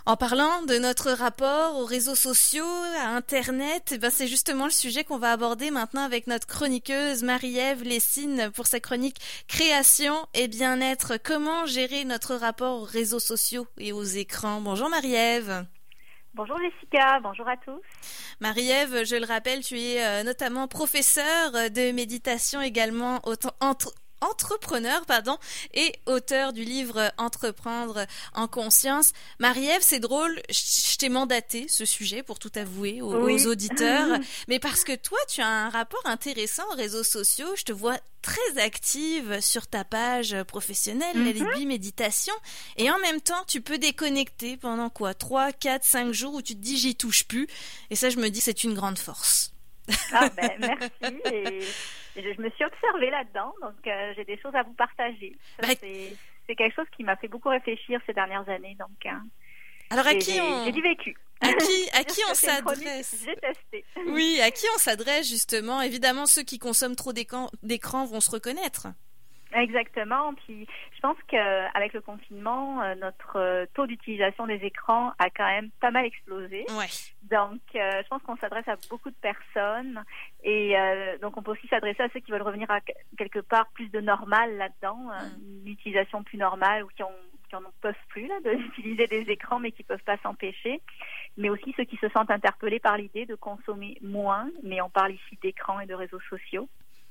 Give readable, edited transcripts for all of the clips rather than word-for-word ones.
En parlant de notre rapport aux réseaux sociaux, à Internet, c'est justement le sujet qu'on va aborder maintenant avec notre chroniqueuse Marie-Ève Lessine pour sa chronique Création et bien-être. Comment gérer notre rapport aux réseaux sociaux et aux écrans? Bonjour Marie-Ève. Bonjour Jessica, bonjour à tous. Marie-Ève, je le rappelle, tu es notamment professeure de méditation, également entrepreneur, et auteur du livre Entreprendre en conscience. Marie-Ève, c'est drôle, je t'ai mandaté ce sujet pour tout avouer aux Oui. auditeurs, mais parce que toi, tu as un rapport intéressant aux réseaux sociaux. Je te vois très active sur ta page professionnelle, la Libye Méditation, et en même temps, tu peux déconnecter pendant 3, 4, 5 jours où tu te dis j'y touche plus, et ça, je me dis c'est une grande force. Ah merci. Et je me suis observée là-dedans, donc j'ai des choses à vous partager. C'est quelque chose qui m'a fait beaucoup réfléchir ces dernières années, donc alors j'ai du vécu. À qui on s'adresse? J'ai testé. Oui, à qui on s'adresse justement? Évidemment, ceux qui consomment trop d'écran vont se reconnaître. Exactement. Puis je pense qu'avec le confinement, notre taux d'utilisation des écrans a quand même pas mal explosé. Ouais. Donc, je pense qu'on s'adresse à beaucoup de personnes et donc on peut aussi s'adresser à ceux qui veulent revenir à quelque part plus de normal là-dedans, une utilisation plus normale ou qui en peuvent plus d'utiliser des écrans mais qui peuvent pas s'empêcher. Mais aussi ceux qui se sentent interpellés par l'idée de consommer moins, mais on parle ici d'écrans et de réseaux sociaux.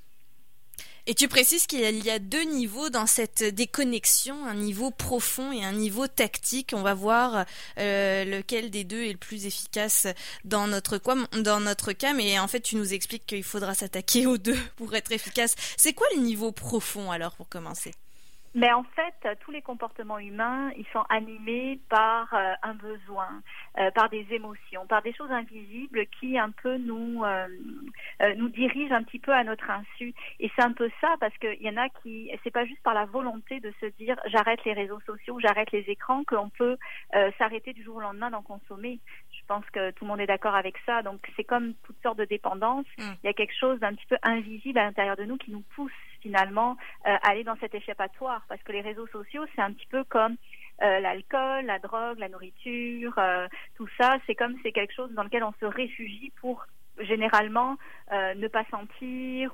Et tu précises qu'il y a 2 niveaux dans cette déconnexion, un niveau profond et un niveau tactique. On va voir lequel des deux est le plus efficace dans notre cas, mais en fait tu nous expliques qu'il faudra s'attaquer aux deux pour être efficace. C'est quoi le niveau profond alors pour commencer? Mais en fait, tous les comportements humains, ils sont animés par un besoin, par des émotions, par des choses invisibles qui un peu nous dirigent un petit peu à notre insu. Et c'est un peu ça, parce qu'il y en a qui, c'est pas juste par la volonté de se dire j'arrête les réseaux sociaux, j'arrête les écrans, qu'on peut s'arrêter du jour au lendemain d'en consommer. Je pense que tout le monde est d'accord avec ça. Donc c'est comme toutes sortes de dépendances. Il y a quelque chose d'un petit peu invisible à l'intérieur de nous qui nous pousse finalement aller dans cet échappatoire, parce que les réseaux sociaux, c'est un petit peu comme l'alcool, la drogue, la nourriture, tout ça, c'est quelque chose dans lequel on se réfugie pour généralement ne pas sentir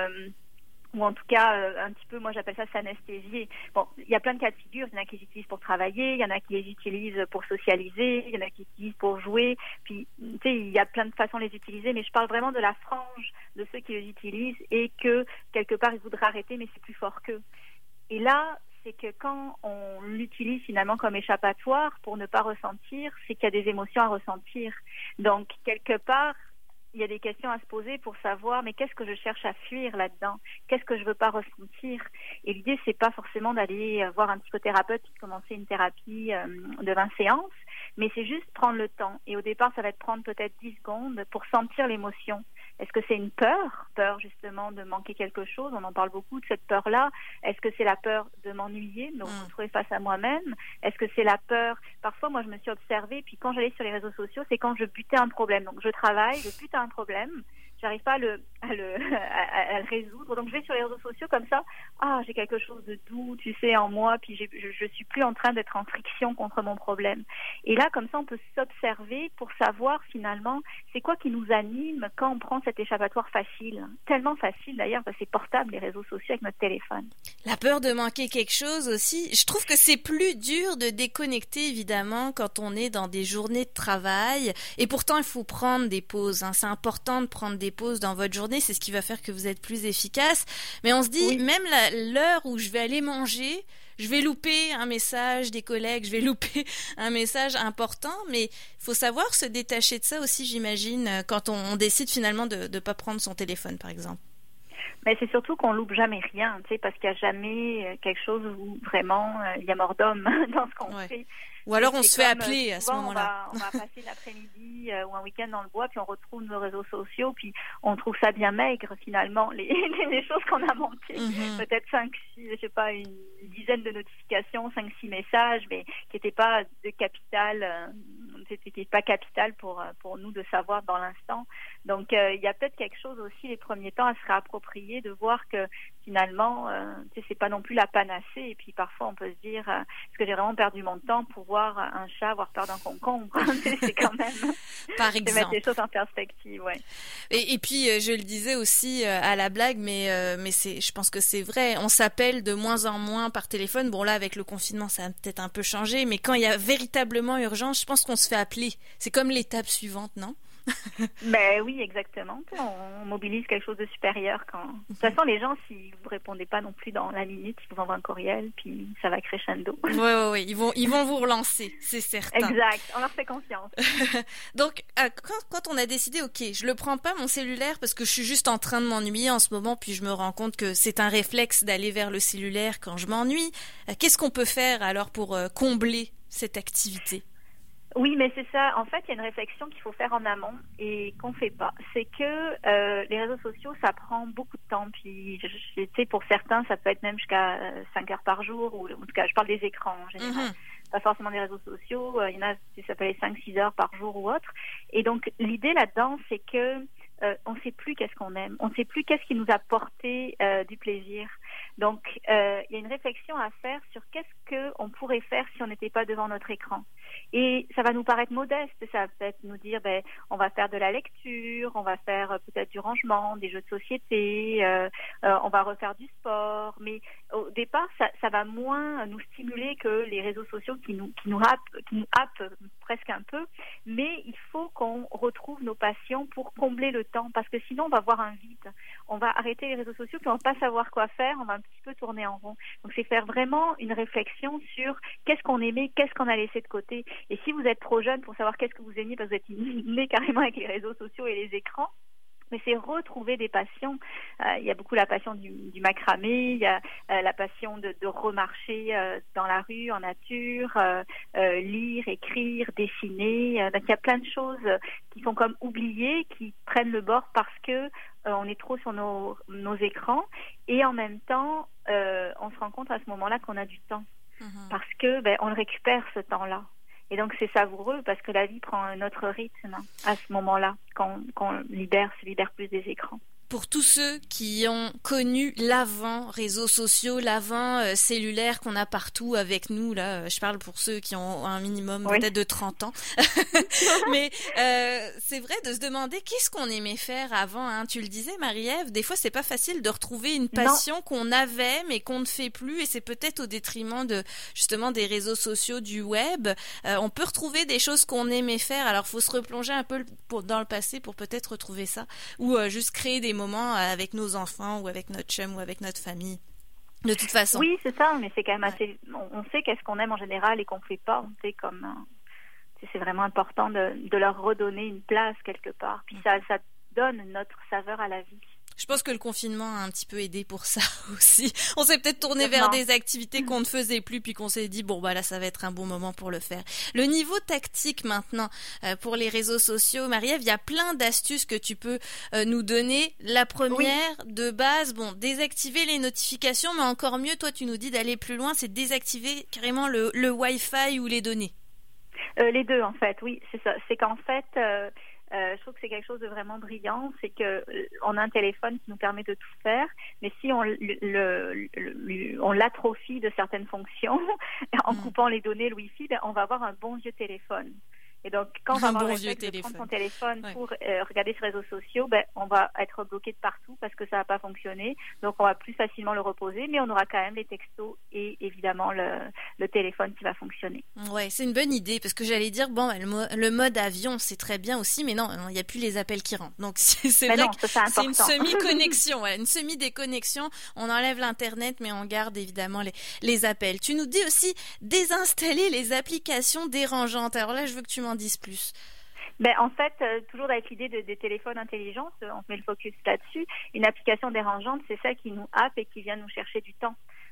ou en tout cas un petit peu, moi j'appelle ça s'anesthésier. Bon, il y a plein de cas de figure, il y en a qui les utilisent pour travailler, il y en a qui les utilisent pour socialiser, il y en a qui les utilisent pour jouer, puis tu sais, il y a plein de façons de les utiliser, mais je parle vraiment de la frange de ceux qui les utilisent et que quelque part ils voudraient arrêter, mais c'est plus fort qu'eux. Et là, c'est que quand on l'utilise finalement comme échappatoire pour ne pas ressentir, c'est qu'il y a des émotions à ressentir. Donc quelque part, il y a des questions à se poser pour savoir mais qu'est-ce que je cherche à fuir là-dedans? Qu'est-ce que je veux pas ressentir? Et l'idée, c'est pas forcément d'aller voir un psychothérapeute et de commencer une thérapie de 20 séances, mais c'est juste prendre le temps. Et au départ, ça va être prendre peut-être 10 secondes pour sentir l'émotion. Est-ce que c'est une peur justement de manquer quelque chose? On en parle beaucoup de cette peur-là. Est-ce que c'est la peur de m'ennuyer, de me retrouver face à moi-même? Est-ce que c'est la peur? Parfois, moi, je me suis observée, puis quand j'allais sur les réseaux sociaux, c'est quand je butais un problème. Donc, je travaille, je bute un problème, j'arrive pas à le résoudre. Donc, je vais sur les réseaux sociaux comme ça. Ah, j'ai quelque chose de doux, tu sais, en moi, puis je suis plus en train d'être en friction contre mon problème. Et là, comme ça, on peut s'observer pour savoir finalement c'est quoi qui nous anime quand on prend cet échappatoire facile. Tellement facile d'ailleurs, parce que c'est portable, les réseaux sociaux avec notre téléphone. La peur de manquer quelque chose aussi. Je trouve que c'est plus dur de déconnecter évidemment quand on est dans des journées de travail. Et pourtant, il faut prendre des pauses. C'est important de prendre des pauses dans votre journée. C'est ce qui va faire que vous êtes plus efficace. Mais on se dit, même l'heure où je vais aller manger, je vais louper un message des collègues, je vais louper un message important, mais il faut savoir se détacher de ça aussi, j'imagine, quand on décide finalement de ne pas prendre son téléphone, par exemple. Mais c'est surtout qu'on loupe jamais rien, tu sais, parce qu'il n'y a jamais quelque chose où vraiment il y a mort d'homme dans ce qu'on fait. Ou alors on se fait appeler à ce moment-là. On va passer l'après-midi ou un week-end dans le bois, puis on retrouve nos réseaux sociaux, puis on trouve ça bien maigre finalement, les choses qu'on a manquées. Peut-être 5, 6, je sais pas, une dizaine de notifications, 5, 6 messages, mais qui n'étaient pas de capital qui est pas capital pour nous de savoir dans l'instant. Donc il y a peut-être quelque chose aussi les premiers temps à se réapproprier, de voir que finalement c'est pas non plus la panacée. Et puis parfois on peut se dire est-ce que j'ai vraiment perdu mon temps pour voir un chat avoir peur d'un concombre? C'est quand même par exemple. mettre les choses en perspective, ouais. Et puis je le disais aussi à la blague, mais je pense que c'est vrai. On s'appelle de moins en moins par téléphone. Bon là avec le confinement ça a peut-être un peu changé, mais quand il y a véritablement urgence, je pense qu'on se fait appeler. C'est comme l'étape suivante, non? Ben oui, exactement. On mobilise quelque chose de supérieur quand. De toute façon, les gens, si vous répondez pas non plus dans la minute, ils vous envoient un courriel, puis ça va crescendo. Oui, ils vont vous relancer, c'est certain. Exact, on leur fait confiance. Donc, quand on a décidé, ok, je le prends pas mon cellulaire parce que je suis juste en train de m'ennuyer en ce moment, puis je me rends compte que c'est un réflexe d'aller vers le cellulaire quand je m'ennuie. Qu'est-ce qu'on peut faire alors pour combler cette activité? Oui, mais c'est ça. En fait, il y a une réflexion qu'il faut faire en amont et qu'on fait pas. C'est que les réseaux sociaux, ça prend beaucoup de temps. Puis, tu sais, pour certains, ça peut être même jusqu'à 5 heures par jour. Ou en tout cas, je parle des écrans en général. Pas forcément des réseaux sociaux. Il y en a, ça peut être 5-6 heures par jour ou autre. Et donc, l'idée là-dedans, c'est que on ne sait plus qu'est-ce qu'on aime. On ne sait plus qu'est-ce qui nous a porté du plaisir. Donc, il y a une réflexion à faire sur qu'est-ce qu'on pourrait faire si on n'était pas devant notre écran. Et ça va nous paraître modeste. Ça va peut-être nous dire, on va faire de la lecture, on va faire peut-être du rangement, des jeux de société, on va refaire du sport. Mais au départ, ça va moins nous stimuler que les réseaux sociaux qui nous happent presque un peu. Mais il faut qu'on retrouve nos passions pour combler le temps, parce que sinon on va voir un vide. On va arrêter les réseaux sociaux puis on va pas savoir quoi faire, on va un petit peu tourner en rond. Donc c'est faire vraiment une réflexion sur qu'est-ce qu'on aimait, qu'est-ce qu'on a laissé de côté. Et si vous êtes trop jeune pour savoir qu'est-ce que vous aimiez parce que vous êtes né carrément avec les réseaux sociaux et les écrans, mais c'est retrouver des passions. Il y a beaucoup la passion du macramé, il y a la passion de remarcher dans la rue, en nature, lire, écrire, dessiner. Donc il y a plein de choses qui sont comme oubliées, qui prennent le bord parce que on est trop sur nos écrans. Et en même temps, on se rend compte à ce moment-là qu'on a du temps. Parce que on le récupère ce temps-là. Et donc c'est savoureux parce que la vie prend un autre rythme à ce moment-là, quand on se libère plus des écrans. Pour tous ceux qui ont connu l'avant réseaux sociaux, l'avant cellulaire qu'on a partout avec nous, là, je parle pour ceux qui ont un minimum peut-être de 30 ans. Mais c'est vrai de se demander qu'est-ce qu'on aimait faire avant, hein. Tu le disais, Marie-Ève, des fois c'est pas facile de retrouver une passion qu'on avait mais qu'on ne fait plus, et c'est peut-être au détriment de justement des réseaux sociaux, du web. On peut retrouver des choses qu'on aimait faire, alors faut se replonger un peu dans le passé pour peut-être retrouver ça, ou juste créer des moments avec nos enfants ou avec notre chum ou avec notre famille. De toute façon. Oui, c'est ça, mais c'est quand même assez. On sait qu'est-ce qu'on aime en général et qu'on ne fait pas. On sait comme. C'est vraiment important de leur redonner une place quelque part. Puis ça donne notre saveur à la vie. Je pense que le confinement a un petit peu aidé pour ça aussi. On s'est peut-être tourné vers des activités qu'on ne faisait plus, puis qu'on s'est dit, là, ça va être un bon moment pour le faire. Le niveau tactique maintenant, pour les réseaux sociaux, Marie-Ève, il y a plein d'astuces que tu peux nous donner. La première, de base, désactiver les notifications, mais encore mieux, toi, tu nous dis d'aller plus loin, c'est désactiver carrément le Wi-Fi ou les données. Les deux, en fait, oui, c'est ça. C'est qu'en fait... je trouve que c'est quelque chose de vraiment brillant, c'est que on a un téléphone qui nous permet de tout faire, mais si on l'atrophie de certaines fonctions en coupant les données, le Wi-Fi, on va avoir un bon vieux téléphone. Et donc, quand on va avoir de prendre son téléphone pour regarder ses réseaux sociaux, on va être bloqué de partout parce que ça va pas fonctionner. Donc, on va plus facilement le reposer, mais on aura quand même les textos et évidemment le téléphone qui va fonctionner. Ouais, c'est une bonne idée parce que j'allais dire le mode avion, c'est très bien aussi, mais non, il n'y a plus les appels qui rentrent. Donc, c'est vrai que c'est une semi-connexion, une semi-déconnexion. On enlève l'internet, mais on garde évidemment les appels. Tu nous dis aussi désinstaller les applications dérangeantes. Alors là, je veux que tu m'en dises plus. En fait, toujours avec l'idée des téléphones intelligents, on met le focus là-dessus. Une application dérangeante, c'est celle qui nous happe et qui vient nous chercher du temps.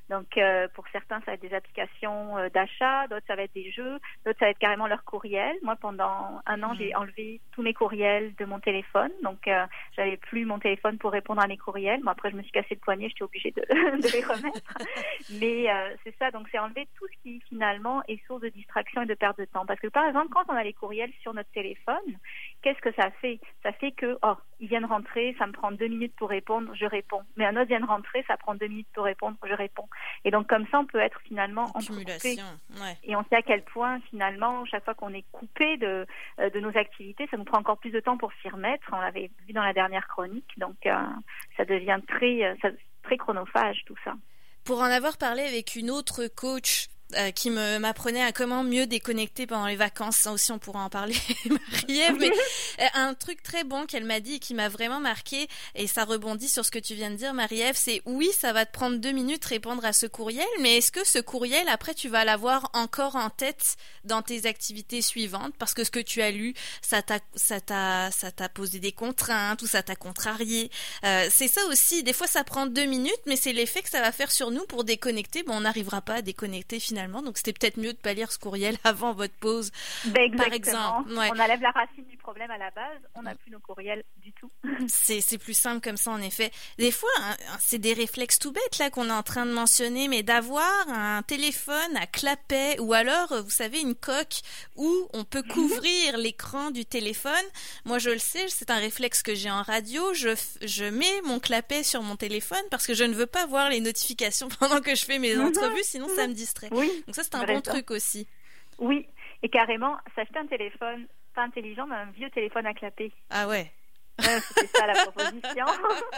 Donc, pour certains, ça va être des applications d'achat, d'autres, ça va être des jeux, d'autres, ça va être carrément leur courriel. Moi, pendant un an, j'ai enlevé tous mes courriels de mon téléphone. Donc, j'avais plus mon téléphone pour répondre à mes courriels. Bon, après, je me suis cassé le poignet, j'étais obligée de, de les remettre. Mais c'est ça, donc c'est enlever tout ce qui, finalement, est source de distraction et de perte de temps. Parce que, par exemple, quand on a les courriels sur notre téléphone, qu'est-ce que ça fait? Ça fait que, ils viennent rentrer, ça me prend 2 minutes pour répondre, je réponds. Mais un autre vient de rentrer, ça prend 2 minutes pour répondre, je réponds. Et donc, comme ça, on peut être finalement entrecoupé. Ouais. Et on sait à quel point, finalement, chaque fois qu'on est coupé de nos activités, ça nous prend encore plus de temps pour s'y remettre. On l'avait vu dans la dernière chronique. Donc, ça devient très chronophage, tout ça. Pour en avoir parlé avec une autre coach qui m'apprenait à comment mieux déconnecter pendant les vacances, ça aussi on pourra en parler, Marie-Ève, mais un truc très bon qu'elle m'a dit et qui m'a vraiment marqué, et ça rebondit sur ce que tu viens de dire, Marie-Ève, c'est oui, ça va te prendre 2 minutes répondre à ce courriel, mais est-ce que ce courriel, après, tu vas l'avoir encore en tête dans tes activités suivantes, parce que ce que tu as lu, ça t'a posé des contraintes, ou ça t'a contrarié. C'est ça aussi, des fois ça prend 2 minutes, mais c'est l'effet que ça va faire sur nous pour déconnecter. Bon, on n'arrivera pas à déconnecter finalement, donc c'était peut-être mieux de pas lire ce courriel avant votre pause, par exemple. Ouais. On enlève la racine du problème à la base, on n'a plus nos courriels du tout. C'est plus simple comme ça, en effet. Des fois, c'est des réflexes tout bêtes là qu'on est en train de mentionner, mais d'avoir un téléphone à clapet, ou alors, vous savez, une coque où on peut couvrir l'écran du téléphone. Moi, je le sais, c'est un réflexe que j'ai en radio. Je mets mon clapet sur mon téléphone parce que je ne veux pas voir les notifications pendant que je fais mes entrevues, sinon ça me distrait. Oui, donc ça, c'est un bon truc aussi. Oui, et carrément, s'acheter un téléphone pas intelligent, mais un vieux téléphone à clapet. Ah ouais. C'était ça la proposition.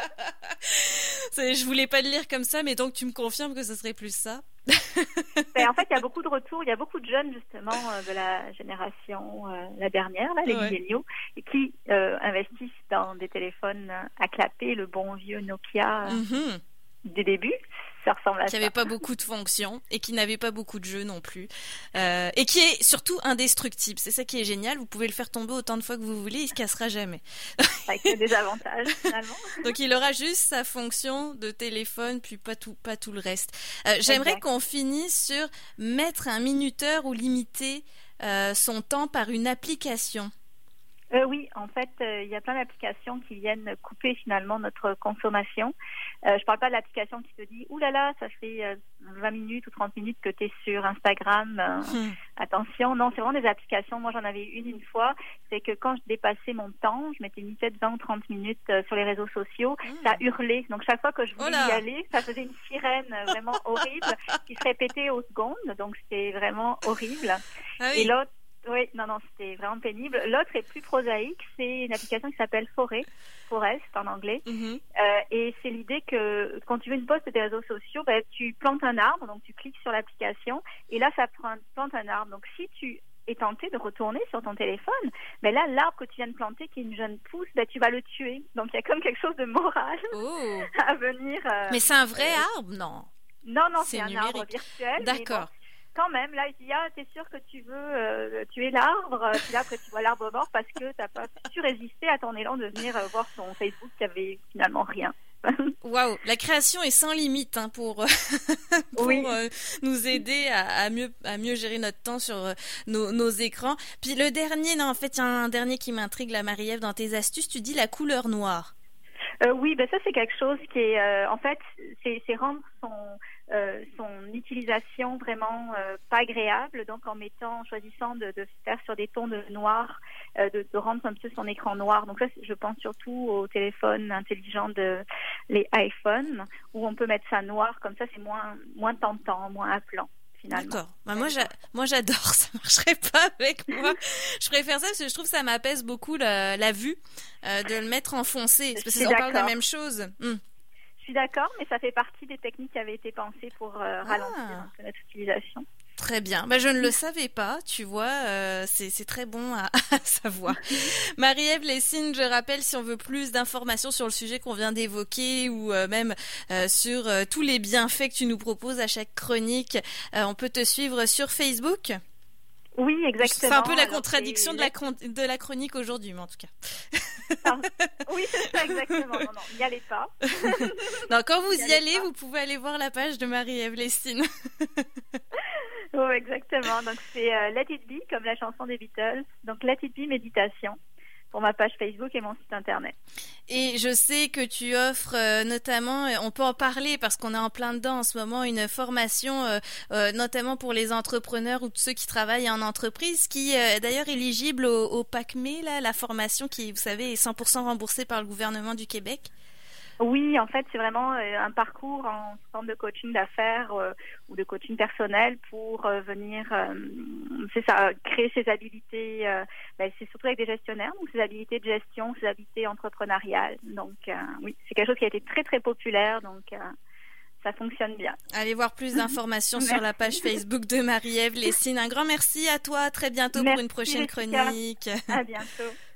Je voulais pas le lire comme ça, mais donc tu me confirmes que ce serait plus ça. En fait, il y a beaucoup de retours. Il y a beaucoup de jeunes, justement, de la génération, la dernière, là, les milléniaux, qui investissent dans des téléphones à clapet, le bon vieux Nokia des débuts. Ça ressemble à ça. Qui n'avait pas beaucoup de fonctions et qui n'avait pas beaucoup de jeux non plus. Et qui est surtout indestructible. C'est ça qui est génial. Vous pouvez le faire tomber autant de fois que vous voulez, il se cassera jamais. Avec des avantages, finalement. Donc il aura juste sa fonction de téléphone, puis pas tout le reste. J'aimerais qu'on finisse sur mettre un minuteur ou limiter son temps par une application. Oui, en fait, il y a plein d'applications qui viennent couper finalement notre consommation. Je parle pas de l'application qui te dit « Ouh là là, ça fait 20 minutes ou 30 minutes que tu es sur Instagram. Attention, non, c'est vraiment des applications. Moi, j'en avais une fois. C'est que quand je dépassais mon temps, je m'étais mis peut-être 20 ou 30 minutes sur les réseaux sociaux, ça hurlait. Donc, chaque fois que je voulais y aller, ça faisait une sirène vraiment horrible qui se répétait aux secondes. Donc, c'était vraiment horrible. Ah oui. Et l'autre, oui, non, c'était vraiment pénible. L'autre est plus prosaïque, c'est une application qui s'appelle Forest en anglais. Et c'est l'idée que quand tu veux une poste des réseaux sociaux, tu plantes un arbre, donc tu cliques sur l'application, et là, ça plante un arbre. Donc si tu es tenté de retourner sur ton téléphone, là, l'arbre que tu viens de planter, qui est une jeune pousse, tu vas le tuer. Donc il y a comme quelque chose de moral à venir. Mais c'est un vrai arbre, non? Non, c'est un arbre virtuel. D'accord. Quand même, là, il dit t'es sûr que tu veux tuer l'arbre, puis là après tu vois l'arbre mort parce que t'as pas su résister à ton élan de venir voir son Facebook qui avait finalement rien. Waouh, la création est sans limite pour nous aider à mieux gérer notre temps sur nos écrans. Puis le dernier, en fait, il y a un dernier qui m'intrigue, la Marie-Ève, dans tes astuces, tu dis la couleur noire. Oui, ça c'est quelque chose qui est en fait c'est rendre son utilisation vraiment pas agréable, donc en choisissant de faire sur des tons de noir, de rendre un peu son écran noir. Donc ça, je pense surtout aux téléphones intelligents les iPhones, où on peut mettre ça noir, comme ça c'est moins tentant, moins appelant. Finalement. D'accord. Moi j'adore, ça marcherait pas avec moi. Je préfère ça parce que je trouve que ça m'apaise beaucoup la vue, de le mettre en foncé. Parce qu'on parle de la même chose. Je suis d'accord, mais ça fait partie des techniques qui avaient été pensées pour ralentir notre utilisation. Très bien. Je ne le savais pas, tu vois, c'est très bon à savoir. Marie-Ève Lessine, je rappelle, si on veut plus d'informations sur le sujet qu'on vient d'évoquer ou même sur tous les bienfaits que tu nous proposes à chaque chronique, on peut te suivre sur Facebook? Oui, exactement. C'est un peu la Alors, contradiction de la chronique aujourd'hui, mais en tout cas. Ah, oui, c'est ça, exactement. Non, non, n'y allez pas. Non, quand vous y allez, vous pouvez aller voir la page de Marie-Ève Lessine. Oui, exactement. Donc, c'est Let It Be, comme la chanson des Beatles. Donc, Let It Be Méditation, pour ma page Facebook et mon site internet. Et je sais que tu offres notamment, on peut en parler parce qu'on est en plein dedans en ce moment, une formation notamment pour les entrepreneurs ou tous ceux qui travaillent en entreprise, qui est d'ailleurs éligible au PACME, là, la formation qui, vous savez, est 100% remboursée par le gouvernement du Québec. Oui, en fait, c'est vraiment un parcours en forme de coaching d'affaires ou de coaching personnel pour venir, c'est ça, créer ses habilités. C'est surtout avec des gestionnaires, donc ses habilités de gestion, ses habilités entrepreneuriales. Donc, oui, c'est quelque chose qui a été très, très populaire. Donc, ça fonctionne bien. Allez voir plus d'informations sur la page Facebook de Marie-Ève Lessine. Un grand merci à toi. À très bientôt pour une prochaine chronique. À bientôt.